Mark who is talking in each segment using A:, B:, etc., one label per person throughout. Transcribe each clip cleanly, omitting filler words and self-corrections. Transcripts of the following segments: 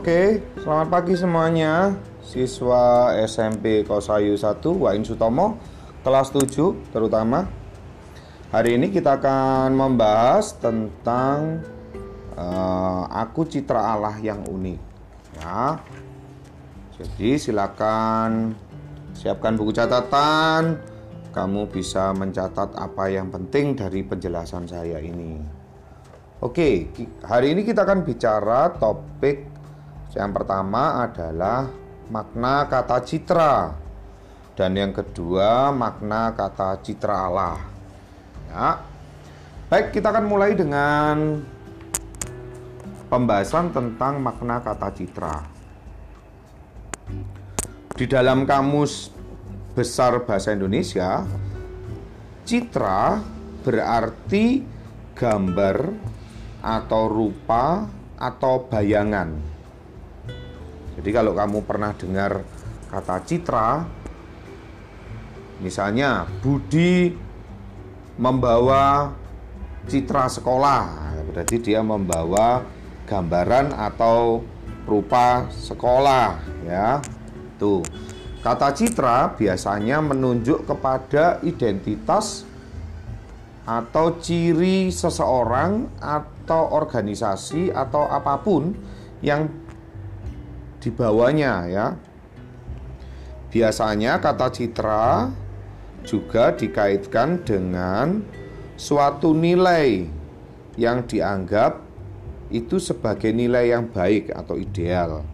A: Oke, selamat pagi semuanya. Siswa SMP Kosayu 1 Wain Sutomo kelas 7 terutama. Hari ini kita akan membahas tentang aku citra Allah yang unik ya. Jadi silakan siapkan buku catatan. Kamu bisa mencatat apa yang penting dari penjelasan saya ini. Oke, hari ini kita akan bicara topik yang pertama adalah makna kata citra, dan yang kedua makna kata citra Allah. Ya. Baik, kita akan mulai dengan pembahasan tentang makna kata citra. Di dalam Kamus Besar Bahasa Indonesia, citra berarti gambar atau rupa atau bayangan. Jadi kalau kamu pernah dengar kata citra, misalnya Budi membawa citra sekolah, berarti dia membawa gambaran atau rupa sekolah ya. Tuh. Kata citra biasanya menunjuk kepada identitas atau ciri seseorang atau organisasi atau apapun yang dibawanya ya. Biasanya kata citra juga dikaitkan dengan suatu nilai yang dianggap itu sebagai nilai yang baik atau ideal,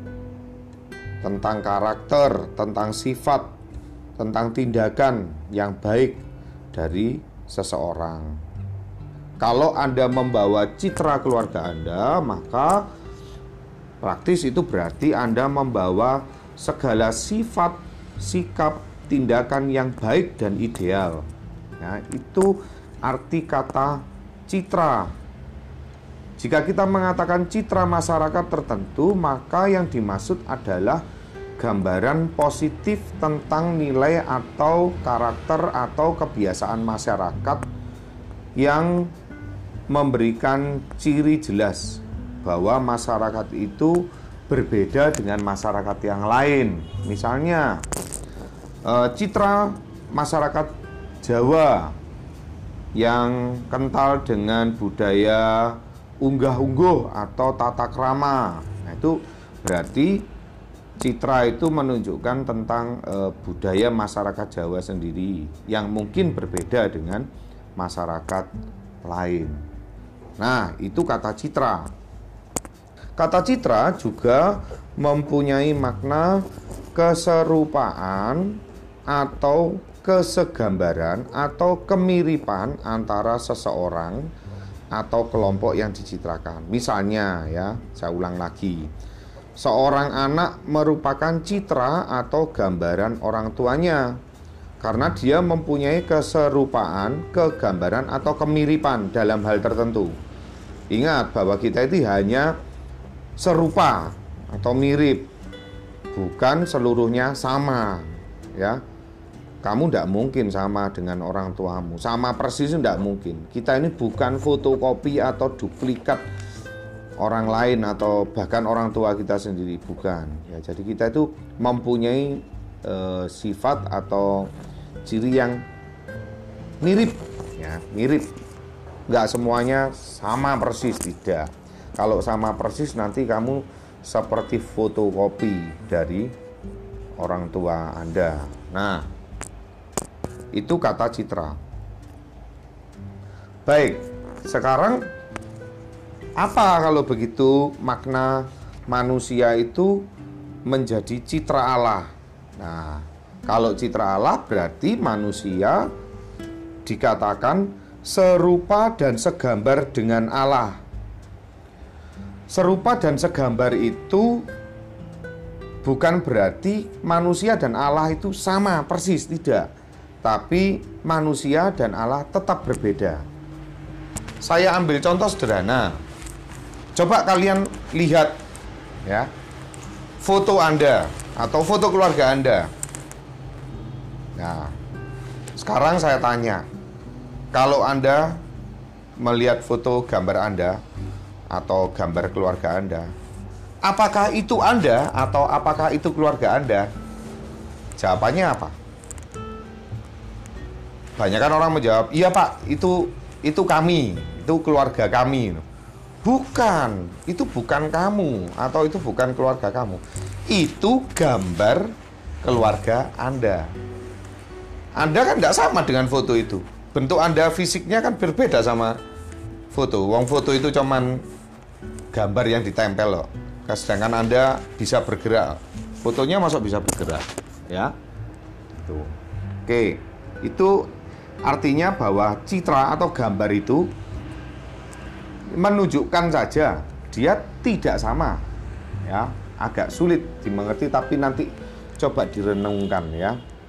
A: tentang karakter, tentang sifat, tentang tindakan yang baik dari seseorang. Kalau Anda membawa citra keluarga Anda, maka praktis itu berarti Anda membawa segala sifat, sikap, tindakan yang baik dan ideal. Ya, itu arti kata citra. Jika kita mengatakan citra masyarakat tertentu, maka yang dimaksud adalah gambaran positif tentang nilai atau karakter atau kebiasaan masyarakat yang memberikan ciri jelas bahwa masyarakat itu berbeda dengan masyarakat yang lain. Misalnya citra masyarakat Jawa yang kental dengan budaya unggah-ungguh atau tata krama. Nah, itu berarti citra itu menunjukkan tentang budaya masyarakat Jawa sendiri yang mungkin berbeda dengan masyarakat lain. Nah, itu kata citra. Kata citra juga mempunyai makna keserupaan atau kesegambaran atau kemiripan antara seseorang atau kelompok yang dicitrakan. Misalnya ya, saya ulang lagi. Seorang anak merupakan citra atau gambaran orang tuanya karena dia mempunyai keserupaan, kegambaran atau kemiripan dalam hal tertentu. Ingat bahwa kita itu hanya serupa atau mirip, bukan seluruhnya sama ya. Kamu tidak mungkin sama dengan orang tuamu, sama persis tidak mungkin. Kita ini bukan fotokopi atau duplikat orang lain atau bahkan orang tua kita sendiri, bukan ya. Jadi kita itu mempunyai sifat atau ciri yang mirip ya, mirip. Nggak semuanya sama persis, tidak. Kalau sama persis nanti kamu seperti fotokopi dari orang tua Anda. Nah, itu kata citra. Baik, sekarang apa kalau begitu makna manusia itu menjadi citra Allah? Nah, kalau citra Allah berarti manusia dikatakan serupa dan segambar dengan Allah. Serupa dan segambar itu bukan berarti manusia dan Allah itu sama persis, tidak. Tapi manusia dan Allah tetap berbeda. Saya ambil contoh sederhana. Coba kalian lihat ya, foto Anda atau foto keluarga Anda. Nah, sekarang saya tanya, kalau Anda melihat foto gambar Anda atau gambar keluarga Anda, Apakah itu Anda atau apakah itu keluarga Anda? Jawabannya apa? Banyak kan orang menjawab, iya Pak, itu kami, itu keluarga kami. Bukan, itu bukan kamu atau itu bukan keluarga kamu. Itu gambar keluarga Anda. Anda kan tidak sama dengan foto itu. Bentuk Anda fisiknya kan berbeda sama foto. Wong foto itu cuman gambar yang ditempel loh. Sedangkan Anda bisa bergerak. Fotonya masuk bisa bergerak, ya. Tuh. Oke, itu artinya bahwa citra atau gambar itu menunjukkan saja dia tidak sama, ya. Agak sulit dimengerti, tapi nanti coba direnungkan, ya.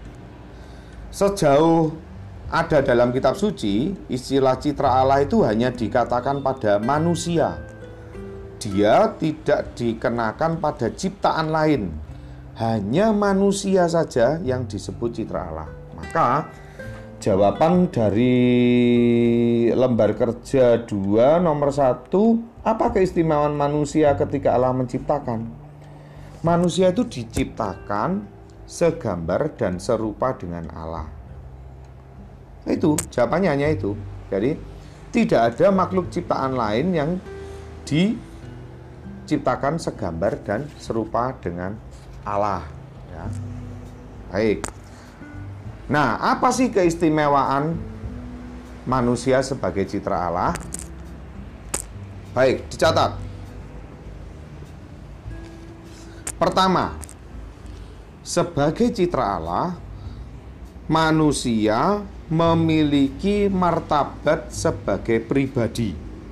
A: Sejauh ada dalam kitab suci, istilah citra Allah itu hanya dikatakan pada manusia. Dia tidak dikenakan pada ciptaan lain. Hanya manusia saja yang disebut citra Allah. Maka jawaban dari lembar kerja 2 nomor 1, apa keistimewaan manusia ketika Allah menciptakan? Manusia itu diciptakan segambar dan serupa dengan Allah. Itu jawabannya hanya itu. Jadi tidak ada makhluk ciptaan lain yang diciptakan segambar dan serupa dengan Allah, ya. Baik. Nah, apa sih keistimewaan manusia sebagai citra Allah? Baik, dicatat. Pertama, sebagai citra Allah, manusia memiliki martabat sebagai pribadi.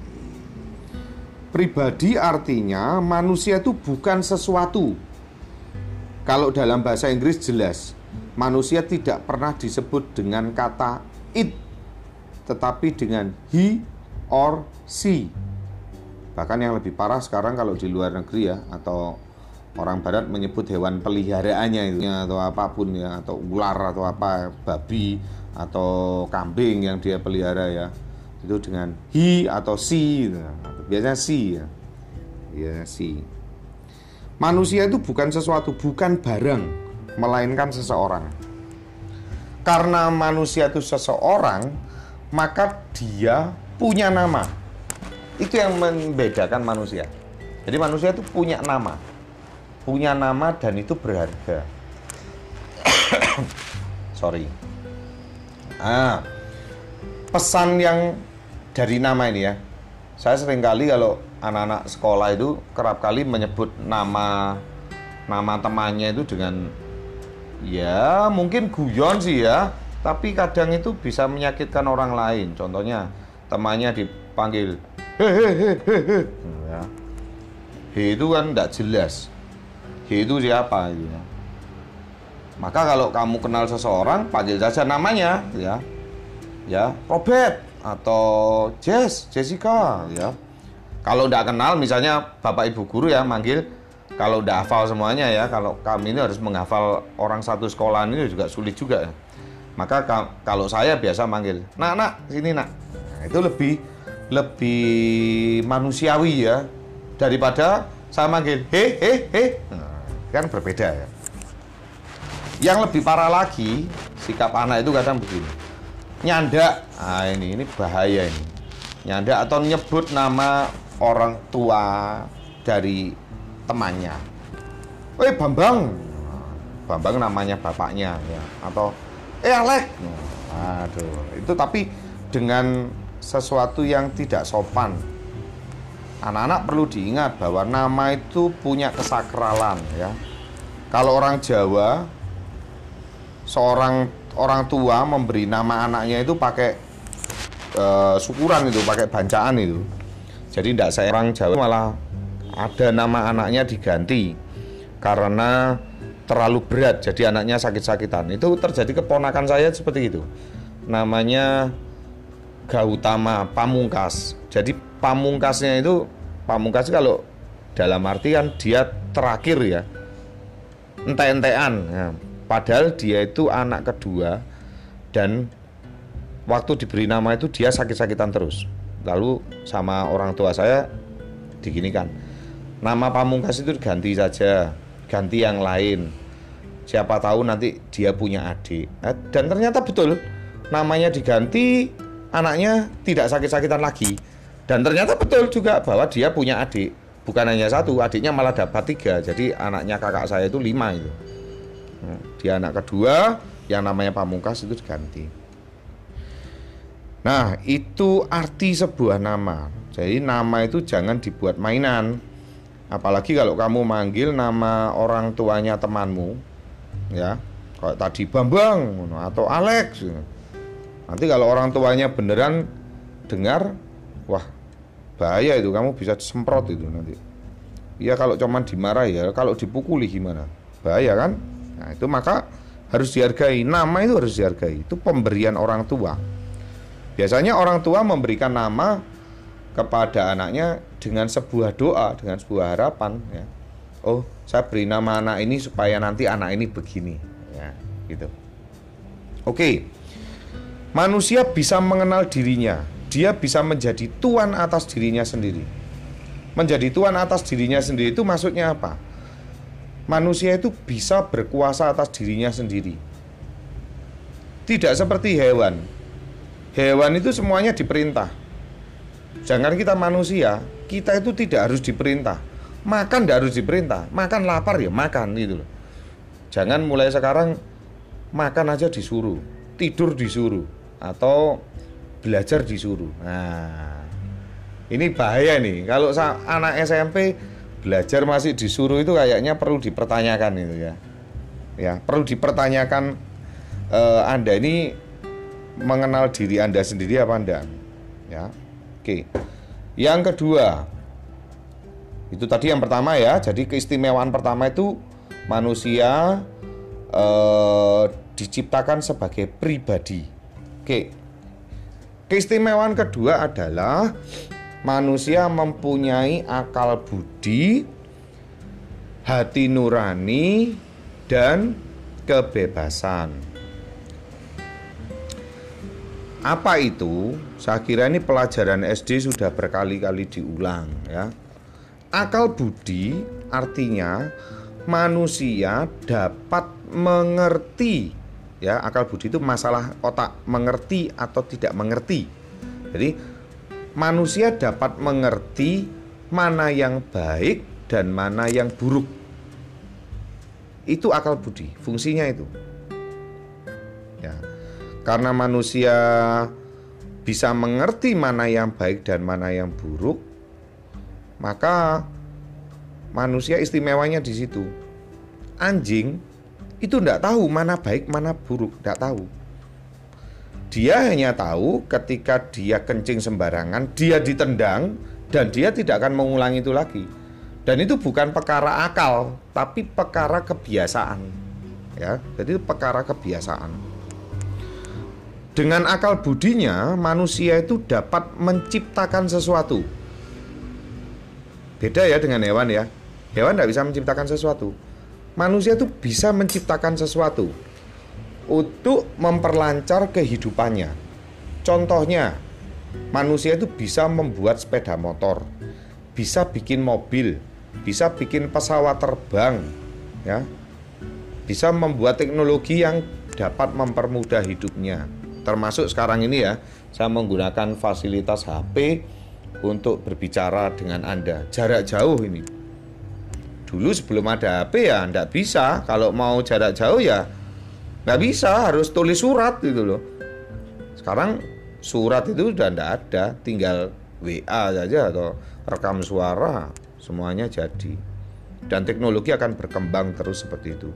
A: Pribadi artinya manusia itu bukan sesuatu. Kalau dalam bahasa Inggris jelas, manusia tidak pernah disebut dengan kata it, tetapi dengan he or she. Bahkan yang lebih parah sekarang kalau di luar negeri ya, atau orang barat menyebut hewan peliharaannya itu, atau apapun ya, atau ular atau apa, babi atau kambing yang dia pelihara ya, itu dengan he atau she, biasanya she ya, ya she. Manusia itu bukan sesuatu, bukan barang, melainkan seseorang. Karena manusia itu seseorang, maka dia punya nama. Itu yang membedakan manusia. Jadi manusia itu punya nama dan itu berharga. Sorry. Pesan yang dari nama ini ya. Saya seringkali kalau anak-anak sekolah itu kerap kali menyebut nama temannya itu dengan ya mungkin guyon sih ya, tapi kadang itu bisa menyakitkan orang lain. Contohnya temannya dipanggil hehehe, ya. He itu kan tidak jelas. He itu siapa gitu ya. Maka kalau kamu kenal seseorang, panggil saja namanya ya. Ya, Robert atau Jessica ya. Kalau tidak kenal, misalnya Bapak Ibu guru ya manggil, kalau tidak hafal semuanya ya, kalau kami ini harus menghafal orang satu sekolah ini juga sulit juga ya. Maka kalau saya biasa manggil, nak, sini nak. Nah, itu lebih manusiawi ya, daripada saya manggil he. Nah, kan berbeda ya. Yang lebih parah lagi, sikap anak itu kadang begini. Nyandak, ini bahaya ini. Nyandak atau nyebut nama orang tua dari temannya. Bambang. Bambang namanya bapaknya ya. Atau Alek. Aduh, itu tapi dengan sesuatu yang tidak sopan. Anak-anak perlu diingat bahwa nama itu punya kesakralan ya. Kalau orang Jawa, seorang orang tua memberi nama anaknya itu pakai syukuran itu, pakai bancaan itu. Jadi tidak saya orang Jawa malah ada nama anaknya diganti karena terlalu berat, jadi anaknya sakit-sakitan. Itu terjadi keponakan saya seperti itu. Namanya Gautama Pamungkas. Jadi pamungkasnya itu, pamungkas kalau dalam artian dia terakhir ya, ente-entean ya. Padahal dia itu anak kedua dan waktu diberi nama itu dia sakit-sakitan terus. Lalu sama orang tua saya diginikan, Nama Pamungkas itu ganti saja, ganti yang lain. Siapa tahu nanti dia punya adik. Dan ternyata betul, namanya diganti, anaknya tidak sakit-sakitan lagi. Dan ternyata betul juga bahwa dia punya adik. Bukan hanya satu, adiknya malah dapat 3. Jadi anaknya kakak saya itu 5 itu. Dia anak kedua, yang namanya Pamungkas itu diganti. Nah, itu arti sebuah nama. Jadi nama itu jangan dibuat mainan. Apalagi kalau kamu manggil nama orang tuanya temanmu, ya, kayak tadi Bambang atau Alex. Nanti kalau orang tuanya beneran dengar, wah, bahaya itu, kamu bisa disemprot itu nanti. Ya kalau cuman dimarah ya, kalau dipukuli gimana? Bahaya kan? Nah, itu maka harus dihargai. Nama itu harus dihargai. Itu pemberian orang tua. Biasanya orang tua memberikan nama kepada anaknya dengan sebuah doa, dengan sebuah harapan, ya. Oh, saya beri nama anak ini supaya nanti anak ini begini, ya, gitu. Oke. Manusia bisa mengenal dirinya. Dia bisa menjadi tuan atas dirinya sendiri. Menjadi tuan atas dirinya sendiri itu maksudnya apa? Manusia itu bisa berkuasa atas dirinya sendiri. Tidak seperti hewan. Hewan itu semuanya diperintah. Jangan kita manusia, kita itu tidak harus diperintah. Makan tidak harus diperintah. Makan lapar ya makan gitu loh. Jangan mulai sekarang makan aja disuruh, tidur disuruh, atau belajar disuruh. Nah, ini bahaya nih. Kalau anak SMP belajar masih disuruh itu kayaknya perlu dipertanyakan itu ya. Ya, perlu dipertanyakan, Anda ini mengenal diri Anda sendiri apa enggak? Ya. Oke. Yang kedua, itu tadi yang pertama ya. Jadi keistimewaan pertama itu manusia diciptakan sebagai pribadi. Oke. Keistimewaan kedua adalah manusia mempunyai akal budi, hati nurani, dan kebebasan. Apa itu? Saya kira ini pelajaran SD sudah berkali-kali diulang ya. Akal budi artinya manusia dapat mengerti. Ya, akal budi itu masalah otak, mengerti atau tidak mengerti. Jadi manusia dapat mengerti mana yang baik dan mana yang buruk. Itu akal budi, fungsinya itu. Ya. Karena manusia bisa mengerti mana yang baik dan mana yang buruk, maka manusia istimewanya di situ. Anjing itu tidak tahu mana baik mana buruk, tidak tahu. Dia hanya tahu ketika dia kencing sembarangan, dia ditendang dan dia tidak akan mengulangi itu lagi. Dan itu bukan perkara akal, tapi perkara kebiasaan. Ya, jadi itu perkara kebiasaan. Dengan akal budinya, manusia itu dapat menciptakan sesuatu. Beda ya dengan hewan ya. Hewan tidak bisa menciptakan sesuatu. Manusia itu bisa menciptakan sesuatu untuk memperlancar kehidupannya. Contohnya, manusia itu bisa membuat sepeda motor, bisa bikin mobil, bisa bikin pesawat terbang, ya, bisa membuat teknologi yang dapat mempermudah hidupnya. Termasuk sekarang ini ya, saya menggunakan fasilitas HP untuk berbicara dengan Anda jarak jauh ini. Dulu sebelum ada HP ya nggak bisa. Kalau mau jarak jauh ya nggak bisa, harus tulis surat gitu loh. Sekarang surat itu udah nggak ada, tinggal WA saja atau rekam suara, semuanya jadi. Dan teknologi akan berkembang terus seperti itu.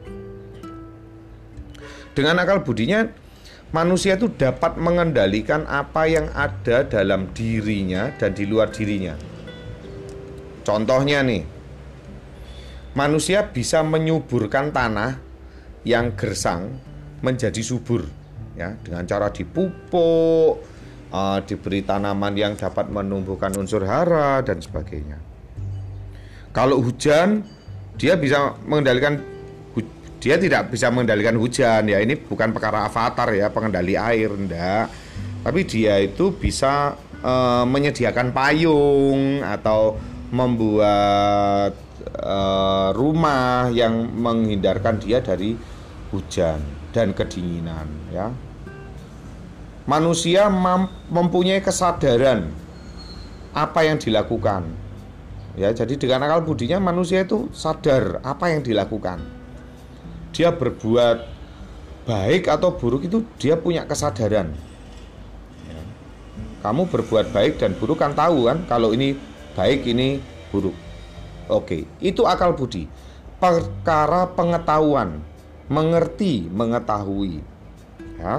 A: Dengan akal budinya, manusia itu dapat mengendalikan apa yang ada dalam dirinya dan di luar dirinya. Contohnya nih, manusia bisa menyuburkan tanah yang gersang menjadi subur, ya, dengan cara dipupuk, diberi tanaman yang dapat menumbuhkan unsur hara dan sebagainya. Kalau hujan, dia bisa mengendalikan, dia tidak bisa mengendalikan hujan, ya ini bukan perkara avatar ya, pengendali air, enggak. Tapi dia itu bisa menyediakan payung atau membuat rumah yang menghindarkan dia dari hujan dan kedinginan, ya. Manusia mempunyai kesadaran apa yang dilakukan. Ya, jadi dengan akal budinya manusia itu sadar apa yang dilakukan. Dia berbuat baik atau buruk itu dia punya kesadaran. Ya. Kamu berbuat baik dan buruk kan tahu kan, kalau ini baik ini buruk. Oke, itu akal budi. Perkara pengetahuan, mengerti, mengetahui. Ya.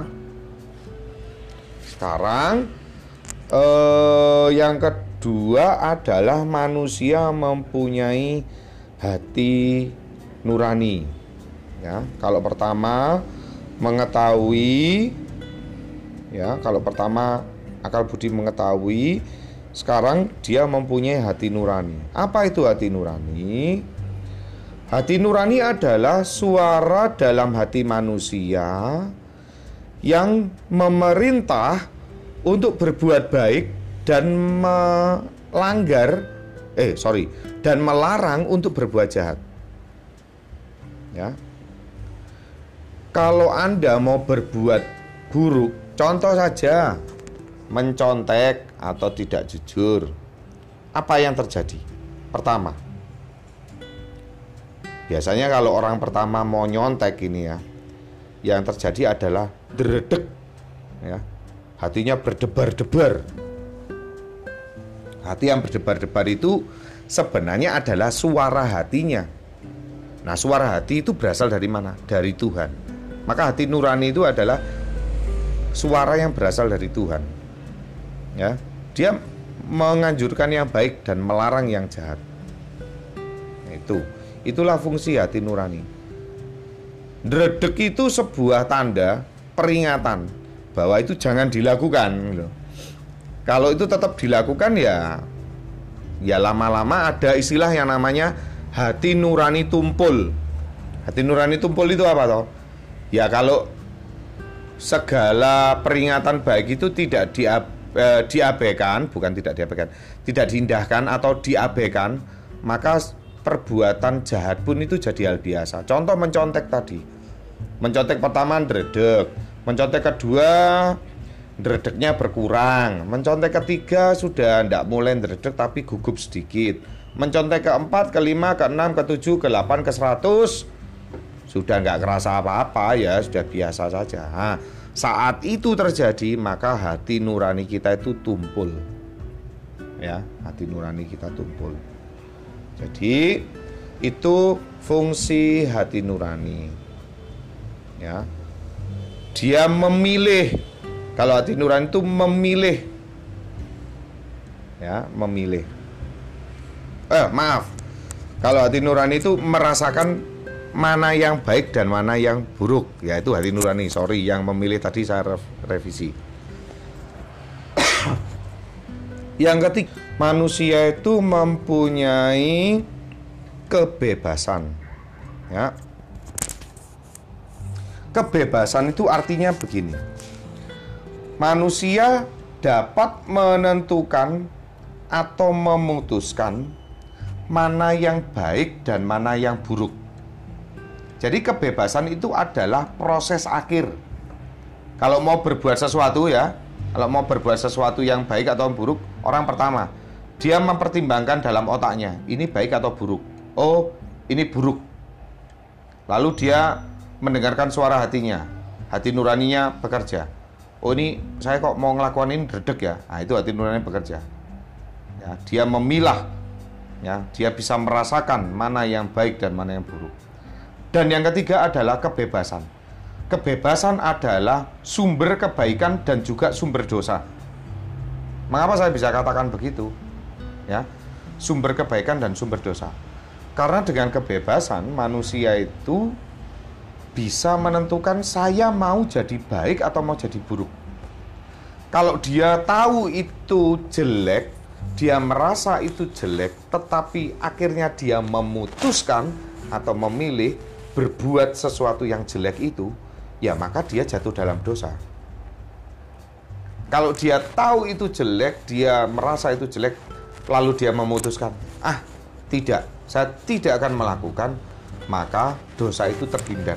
A: Sekarang yang kedua adalah manusia mempunyai hati nurani. Ya, kalau pertama mengetahui, ya, kalau pertama akal budi mengetahui, sekarang dia mempunyai hati nurani. Apa itu hati nurani? Hati nurani adalah suara dalam hati manusia yang memerintah untuk berbuat baik dan dan melarang untuk berbuat jahat. Ya. Kalau Anda mau berbuat buruk, contoh saja mencontek atau tidak jujur, apa yang terjadi? Pertama, biasanya kalau orang pertama mau nyontek ini ya, yang terjadi adalah deredek, ya, hatinya berdebar-debar. Hati yang berdebar-debar itu sebenarnya adalah suara hatinya. Nah, suara hati itu berasal dari mana? Dari Tuhan. Maka hati nurani itu adalah suara yang berasal dari Tuhan. Ya, dia menganjurkan yang baik dan melarang yang jahat. Itulah fungsi hati nurani. Dredeg itu sebuah tanda peringatan bahwa itu jangan dilakukan. Kalau itu tetap dilakukan ya lama-lama ada istilah yang namanya hati nurani tumpul. Hati nurani tumpul itu apa toh? Ya kalau segala peringatan baik itu tidak diabaikan, bukan tidak diabaikan, tidak diindahkan atau diabaikan, maka perbuatan jahat pun itu jadi hal biasa. Contoh mencontek tadi. Mencontek pertama dredeg, mencontek kedua dredegnya berkurang, mencontek ketiga sudah tidak mulai dredeg tapi gugup sedikit, mencontek keempat, kelima, keenam, ketujuh, ke-8, ke-100 sudah nggak kerasa apa-apa, ya sudah biasa saja. Nah, saat itu terjadi maka hati nurani kita itu tumpul. Ya, hati nurani kita tumpul. Jadi itu fungsi hati nurani. Ya. Dia memilih. Kalau hati nurani itu memilih. Ya, memilih. Kalau hati nurani itu merasakan mana yang baik dan mana yang buruk. Ya, itu hati nurani. Sorry, yang memilih tadi saya revisi. Yang ketiga, manusia itu mempunyai kebebasan. Ya. Kebebasan itu artinya begini. Manusia dapat menentukan atau memutuskan mana yang baik dan mana yang buruk. Jadi kebebasan itu adalah proses akhir. Kalau mau berbuat sesuatu ya, kalau mau berbuat sesuatu yang baik atau buruk, orang pertama, dia mempertimbangkan dalam otaknya, ini baik atau buruk. Oh, ini buruk. Lalu dia mendengarkan suara hatinya, hati nuraninya bekerja. Oh, ini saya kok mau ngelakuin ini dredeg ya. Nah, itu hati nurani bekerja. Ya, dia memilah. Ya, dia bisa merasakan mana yang baik dan mana yang buruk. Dan yang ketiga adalah kebebasan. Kebebasan adalah sumber kebaikan dan juga sumber dosa. Mengapa saya bisa katakan begitu? Ya, sumber kebaikan dan sumber dosa. Karena dengan kebebasan manusia itu bisa menentukan saya mau jadi baik atau mau jadi buruk. Kalau dia tahu itu jelek, dia merasa itu jelek, tetapi akhirnya dia memutuskan atau memilih berbuat sesuatu yang jelek itu, ya maka dia jatuh dalam dosa. Kalau dia tahu itu jelek, dia merasa itu jelek, lalu dia memutuskan, Tidak, saya tidak akan melakukan, maka dosa itu terhindar.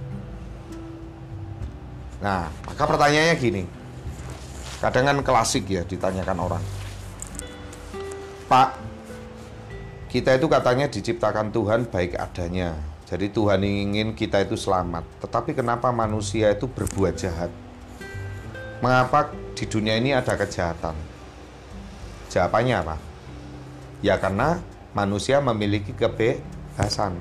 A: Nah, maka pertanyaannya gini, kadang kan klasik ya ditanyakan orang, Pak, kita itu katanya diciptakan Tuhan baik adanya, jadi Tuhan ingin kita itu selamat, tetapi kenapa manusia itu berbuat jahat? Mengapa di dunia ini ada kejahatan? Jawabannya apa? Ya karena manusia memiliki kebebasan.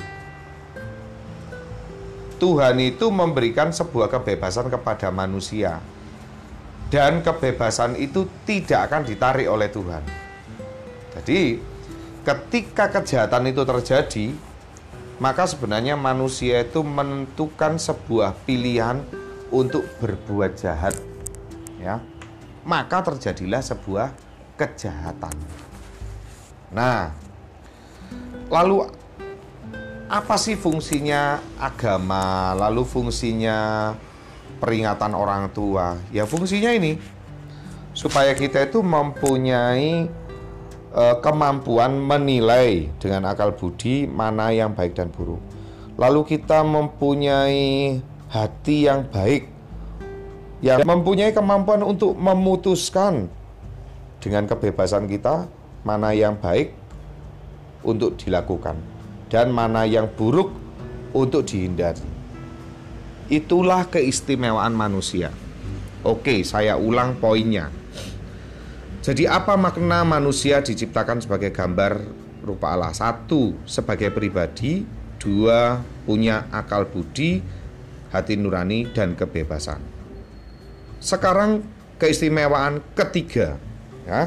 A: Tuhan itu memberikan sebuah kebebasan kepada manusia, dan kebebasan itu tidak akan ditarik oleh Tuhan. Jadi ketika kejahatan itu terjadi, maka sebenarnya manusia itu menentukan sebuah pilihan untuk berbuat jahat, ya. Maka terjadilah sebuah kejahatan. Nah, lalu apa sih fungsinya agama? Lalu fungsinya peringatan orang tua? Ya fungsinya ini, supaya kita itu mempunyai kemampuan menilai dengan akal budi mana yang baik dan buruk. Lalu kita mempunyai hati yang baik, yang mempunyai kemampuan untuk memutuskan dengan kebebasan kita mana yang baik untuk dilakukan dan mana yang buruk untuk dihindari. Itulah keistimewaan manusia. Oke, saya ulang poinnya. Jadi apa makna manusia diciptakan sebagai gambar rupa Allah? 1, sebagai pribadi. 2, punya akal budi, hati nurani, dan kebebasan. Sekarang keistimewaan ketiga, ya.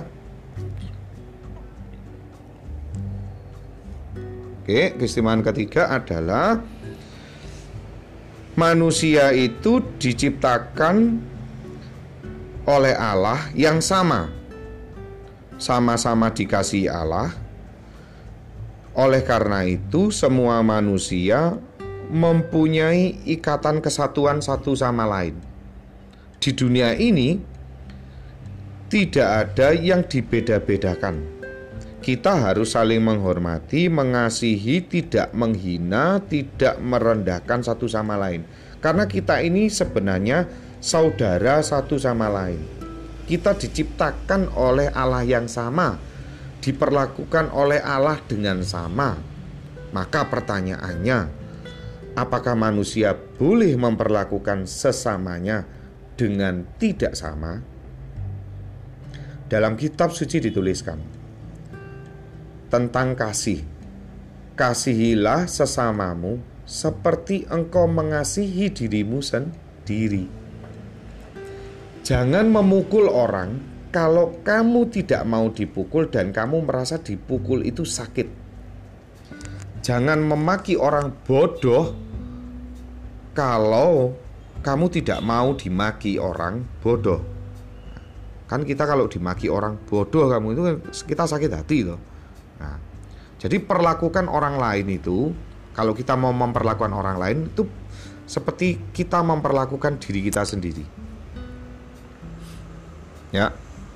A: Oke, keistimewaan ketiga adalah manusia itu diciptakan oleh Allah yang sama-sama dikasihi Allah. Oleh karena itu, semua manusia mempunyai ikatan kesatuan satu sama lain. Di dunia ini tidak ada yang dibeda-bedakan. Kita harus saling menghormati, mengasihi, tidak menghina, tidak merendahkan satu sama lain. Karena kita ini sebenarnya saudara satu sama lain. Kita diciptakan oleh Allah yang sama, diperlakukan oleh Allah dengan sama. Maka pertanyaannya, apakah manusia boleh memperlakukan sesamanya dengan tidak sama? Dalam kitab suci dituliskan tentang kasih. Kasihilah sesamamu seperti engkau mengasihi dirimu sendiri. Jangan memukul orang kalau kamu tidak mau dipukul dan kamu merasa dipukul itu sakit. Jangan memaki orang bodoh kalau kamu tidak mau dimaki orang bodoh. Kan kita kalau dimaki orang bodoh kamu itu kita sakit hati loh. Nah, jadi perlakukan orang lain itu, kalau kita mau memperlakukan orang lain itu seperti kita memperlakukan diri kita sendiri. Ya.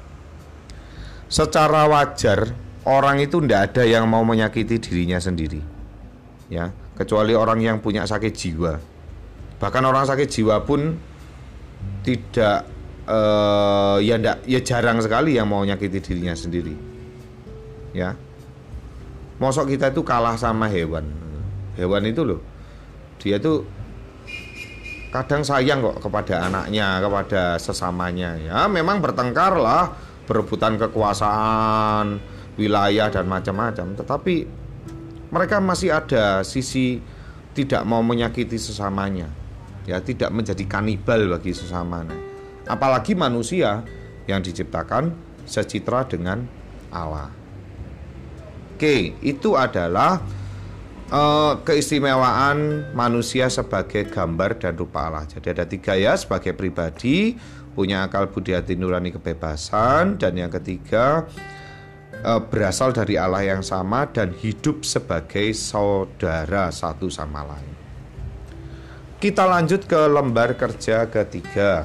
A: Secara wajar orang itu tidak ada yang mau menyakiti dirinya sendiri. Ya, kecuali orang yang punya sakit jiwa. Bahkan orang sakit jiwa pun tidak ya jarang sekali yang mau menyakiti dirinya sendiri. Ya. Mosok kita itu kalah sama hewan. Hewan itu loh, dia tuh kadang sayang kok kepada anaknya, kepada sesamanya. Ya memang bertengkar lah, berebutan kekuasaan, wilayah dan macam-macam. Tetapi mereka masih ada sisi tidak mau menyakiti sesamanya. Ya tidak menjadi kanibal bagi sesamanya. Apalagi manusia yang diciptakan secitra dengan Allah. Oke, itu adalah keistimewaan manusia sebagai gambar dan rupa Allah. Jadi ada 3 ya, sebagai pribadi, punya akal budi hati nurani kebebasan, dan yang ketiga berasal dari Allah yang sama dan hidup sebagai saudara satu sama lain. Kita lanjut ke lembar kerja ketiga.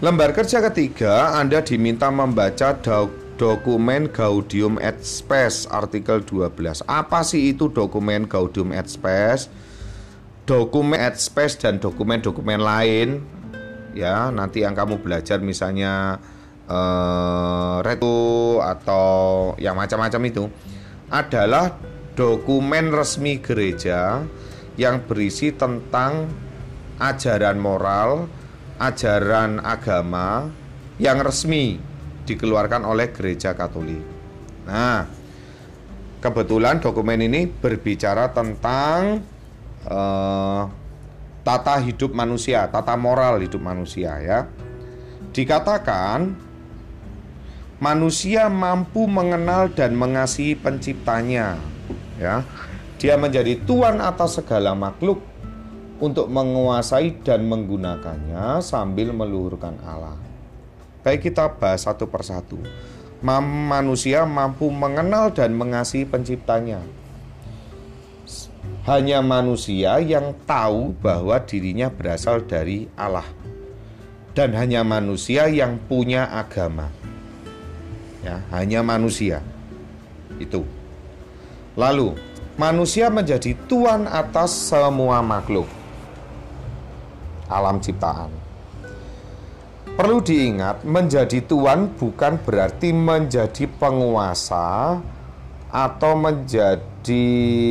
A: Lembar kerja ketiga, Anda diminta membaca dokumen Gaudium et Spes artikel 12. Apa sih itu dokumen Gaudium et Spes? Dokumen et Spes dan dokumen-dokumen lain, ya, nanti yang kamu belajar misalnya retu atau yang macam-macam itu adalah dokumen resmi gereja yang berisi tentang ajaran moral, ajaran agama yang resmi dikeluarkan oleh gereja Katolik. Nah, kebetulan dokumen ini berbicara tentang tata hidup manusia, tata moral hidup manusia, ya. Dikatakan manusia mampu mengenal dan mengasihi penciptanya, ya. Dia menjadi tuan atas segala makhluk untuk menguasai dan menggunakannya sambil meluhurkan Allah. Baik, kita bahas satu persatu. Manusia mampu mengenal dan mengasihi penciptanya. Hanya manusia yang tahu bahwa dirinya berasal dari Allah. Dan hanya manusia yang punya agama. Ya, hanya manusia. Itu. Lalu, manusia menjadi tuan atas semua makhluk alam ciptaan. Perlu diingat, menjadi tuan bukan berarti menjadi penguasa atau menjadi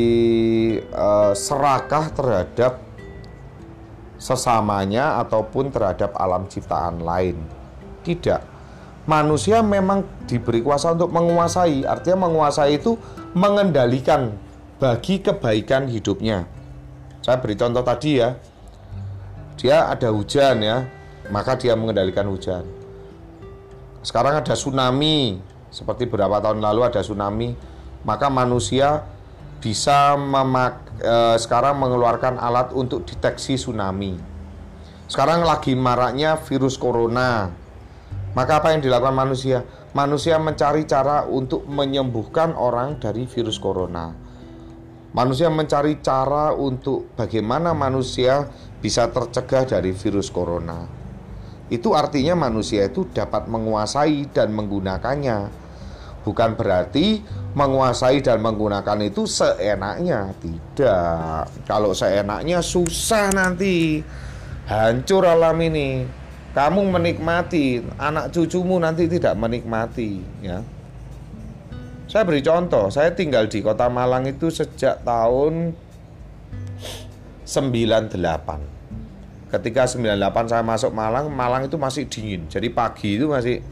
A: serakah terhadap sesamanya ataupun terhadap alam ciptaan lain. Tidak. Manusia memang diberi kuasa untuk menguasai. Artinya menguasai itu mengendalikan bagi kebaikan hidupnya. Saya beri contoh tadi, ya. Dia ada hujan, ya, maka dia mengendalikan hujan. Sekarang ada tsunami, seperti beberapa tahun lalu ada tsunami, maka manusia bisa sekarang mengeluarkan alat untuk deteksi tsunami. Sekarang lagi maraknya virus corona, maka apa yang dilakukan manusia? Manusia mencari cara untuk menyembuhkan orang dari virus corona. Manusia mencari cara untuk bagaimana manusia bisa tercegah dari virus corona. Itu artinya manusia itu dapat menguasai dan menggunakannya. Bukan berarti menguasai dan menggunakan itu seenaknya. Tidak. Kalau seenaknya susah nanti. Hancur alam ini. Kamu menikmati, anak cucumu nanti tidak menikmati, ya. Saya beri contoh, saya tinggal di Kota Malang itu sejak tahun 98. Ketika 98 saya masuk Malang, Malang itu masih dingin. Jadi pagi itu masih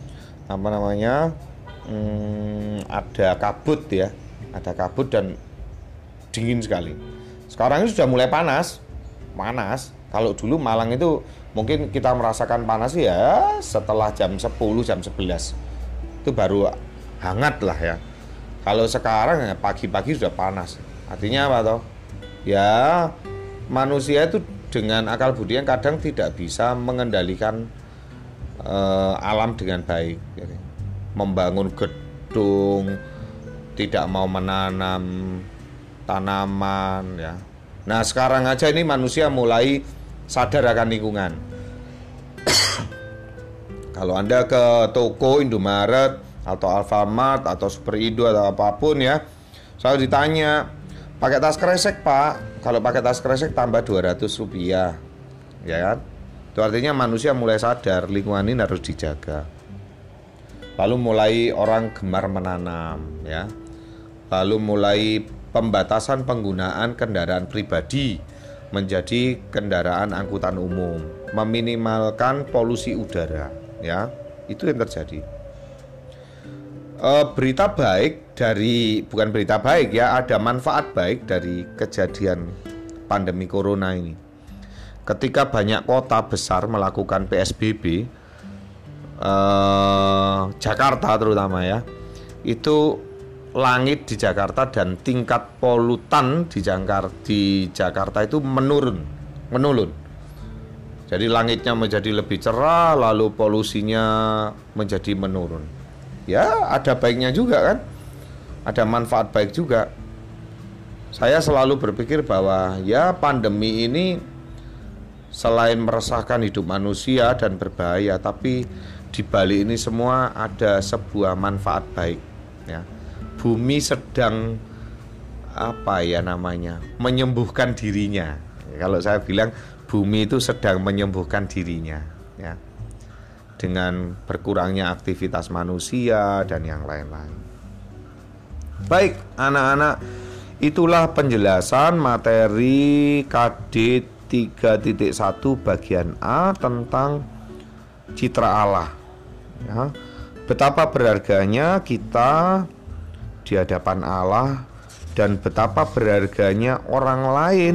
A: ada kabut, ya. Ada kabut dan dingin sekali. Sekarang ini sudah mulai panas. Kalau dulu Malang itu mungkin kita merasakan panas ya setelah jam 10, jam 11. Itu baru hangat lah, ya. Kalau sekarang ya pagi-pagi sudah panas. Artinya apa toh? Ya, manusia itu dengan akal budinya kadang tidak bisa mengendalikan alam dengan baik. Jadi, membangun gedung, tidak mau menanam tanaman, ya. Nah, sekarang aja ini manusia mulai sadar akan lingkungan. Kalau Anda ke toko Indomaret atau Alfamart atau Superindo atau apapun, ya, saya ditanya, pakai tas kresek Pak? Kalau pakai tas kresek tambah 200 rupiah, ya kan? Itu artinya manusia mulai sadar lingkungan ini harus dijaga. Lalu mulai orang gemar menanam, ya. Lalu mulai pembatasan penggunaan kendaraan pribadi menjadi kendaraan angkutan umum, meminimalkan polusi udara, ya. Itu yang terjadi. Berita baik bukan berita baik, ya, ada manfaat baik dari kejadian pandemi corona ini. Ketika banyak kota besar melakukan PSBB, Jakarta terutama, ya, itu langit di Jakarta dan tingkat polutan di Jakarta itu menurun. Jadi langitnya menjadi lebih cerah, lalu polusinya menjadi menurun. Ya, ada baiknya juga kan? Ada manfaat baik juga. Saya selalu berpikir bahwa ya pandemi ini selain meresahkan hidup manusia dan berbahaya, tapi di balik ini semua ada sebuah manfaat baik, ya. Bumi sedang menyembuhkan dirinya. Kalau saya bilang bumi itu sedang menyembuhkan dirinya, ya, dengan berkurangnya aktivitas manusia dan yang lain-lain. Baik, anak-anak, itulah penjelasan materi KD 3.1 bagian A tentang citra Allah, ya. Betapa berharganya kita di hadapan Allah dan betapa berharganya orang lain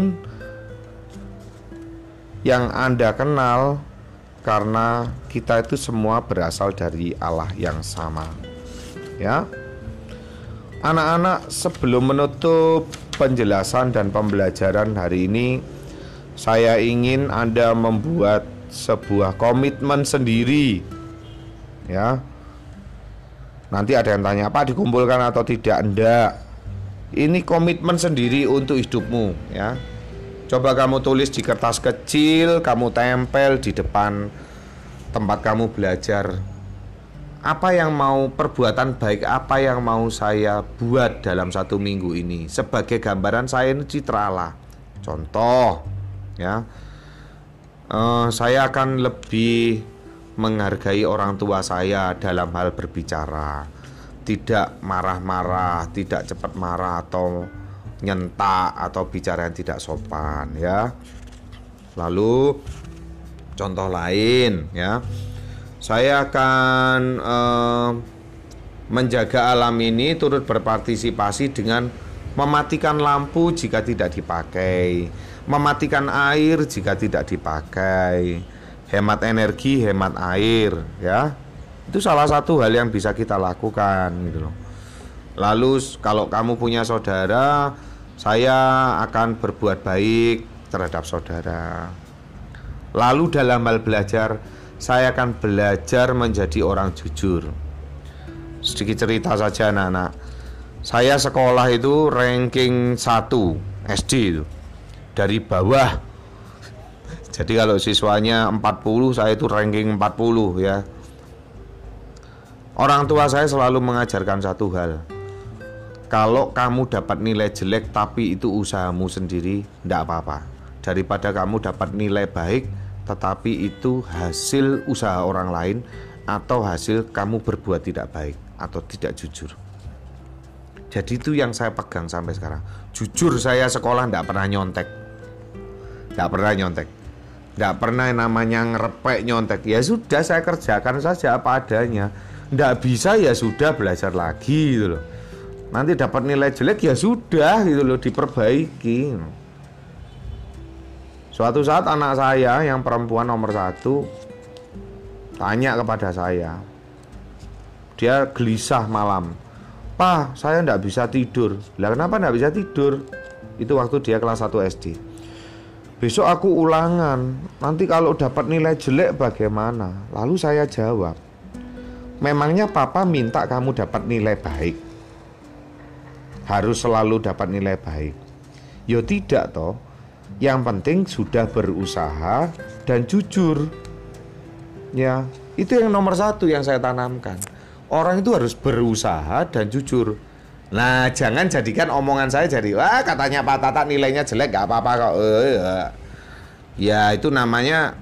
A: yang Anda kenal, karena kita itu semua berasal dari Allah yang sama, ya. Anak-anak, sebelum menutup penjelasan dan pembelajaran hari ini, saya ingin Anda membuat sebuah komitmen sendiri, ya. Nanti ada yang tanya, Pak, dikumpulkan atau tidak? Enggak. Ini komitmen sendiri untuk hidupmu, ya. Coba kamu tulis di kertas kecil, kamu tempel di depan tempat kamu belajar. Apa yang mau, perbuatan baik apa yang mau saya buat dalam 1 minggu ini sebagai gambaran saya ini citra Allah. Contoh, ya, saya akan lebih menghargai orang tua saya dalam hal berbicara, tidak marah-marah, tidak cepat marah atau nyentak atau bicara yang tidak sopan, ya. Lalu contoh lain, ya, saya akan menjaga alam ini turut berpartisipasi dengan mematikan lampu jika tidak dipakai, mematikan air jika tidak dipakai, hemat energi, hemat air, ya. Itu salah satu hal yang bisa kita lakukan, gitu loh. Lalu kalau kamu punya saudara, saya akan berbuat baik terhadap saudara. Lalu dalam hal belajar, saya akan belajar menjadi orang jujur. Sedikit cerita saja, anak-anak. Saya sekolah itu ranking 1 SD itu, dari bawah. Jadi kalau siswanya 40, saya itu ranking 40, ya. Orang tua saya selalu mengajarkan satu hal. Kalau kamu dapat nilai jelek tapi itu usahamu sendiri, tidak apa-apa. Daripada kamu dapat nilai baik tetapi itu hasil usaha orang lain atau hasil kamu berbuat tidak baik atau tidak jujur. Jadi itu yang saya pegang sampai sekarang. Jujur, saya sekolah tidak pernah nyontek. Tidak pernah nyontek. Tidak pernah namanya ngerepek nyontek. Ya sudah, saya kerjakan saja apa adanya. Tidak bisa, ya sudah, belajar lagi gitu loh. Nanti dapat nilai jelek, ya sudah gitu loh, diperbaiki. Suatu saat anak saya yang perempuan nomor 1 tanya kepada saya. Dia gelisah malam. Pak, saya tidak bisa tidur. Lah kenapa tidak bisa tidur? Itu waktu dia kelas 1 SD. Besok aku ulangan. Nanti kalau dapat nilai jelek bagaimana? Lalu saya jawab, memangnya papa minta kamu dapat nilai baik? Harus selalu dapat nilai baik? Ya tidak toh. Yang penting sudah berusaha dan jujur. Ya, itu yang nomor 1 yang saya tanamkan. Orang itu harus berusaha dan jujur. Nah, jangan jadikan omongan saya jadi, wah katanya Pak Tata nilainya jelek, gak apa-apa kok. Ya itu namanya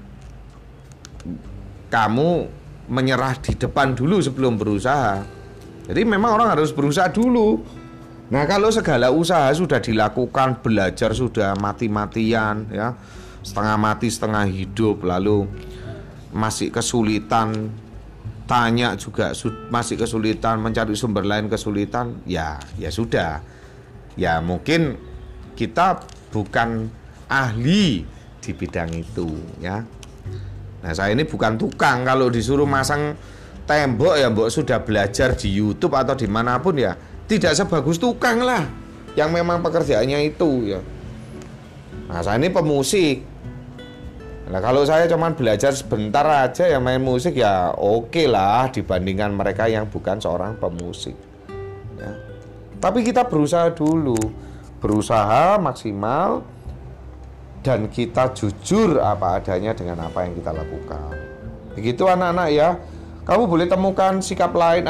A: kamu menyerah di depan dulu sebelum berusaha. Jadi memang orang harus berusaha dulu. Nah, kalau segala usaha sudah dilakukan, belajar sudah mati-matian, ya, setengah mati setengah hidup, lalu masih kesulitan, tanya juga masih kesulitan, mencari sumber lain kesulitan, ya sudah. Ya mungkin kita bukan ahli di bidang itu, ya. Nah, saya ini bukan tukang. Kalau disuruh masang tembok, ya mbok sudah belajar di YouTube atau dimanapun, ya tidak sebagus tukang lah yang memang pekerjaannya itu, ya. Nah, saya ini pemusik. Nah, kalau saya cuma belajar sebentar aja ya main musik, ya oke lah dibandingkan mereka yang bukan seorang pemusik, ya. Tapi kita berusaha dulu, berusaha maksimal, dan kita jujur apa adanya dengan apa yang kita lakukan. Begitu anak-anak ya. Kamu boleh temukan sikap lain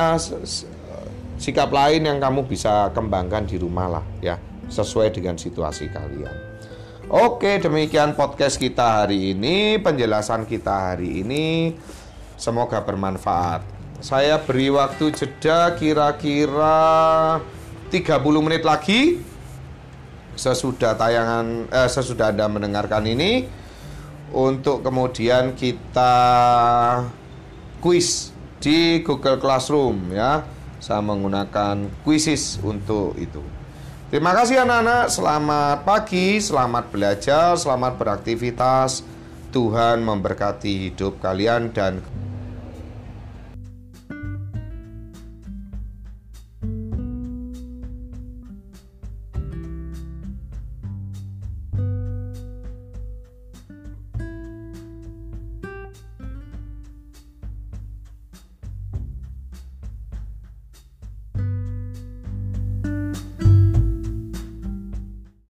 A: yang kamu bisa kembangkan di rumah lah ya, sesuai dengan situasi kalian. Oke, demikian podcast kita hari ini, penjelasan kita hari ini. Semoga bermanfaat. Saya beri waktu jeda kira-kira 30 menit lagi sesudah Anda mendengarkan ini, untuk kemudian kita kuis di Google Classroom ya. Saya menggunakan Quizizz untuk itu. Terima kasih anak-anak, selamat pagi, selamat belajar, selamat beraktivitas. Tuhan memberkati hidup kalian dan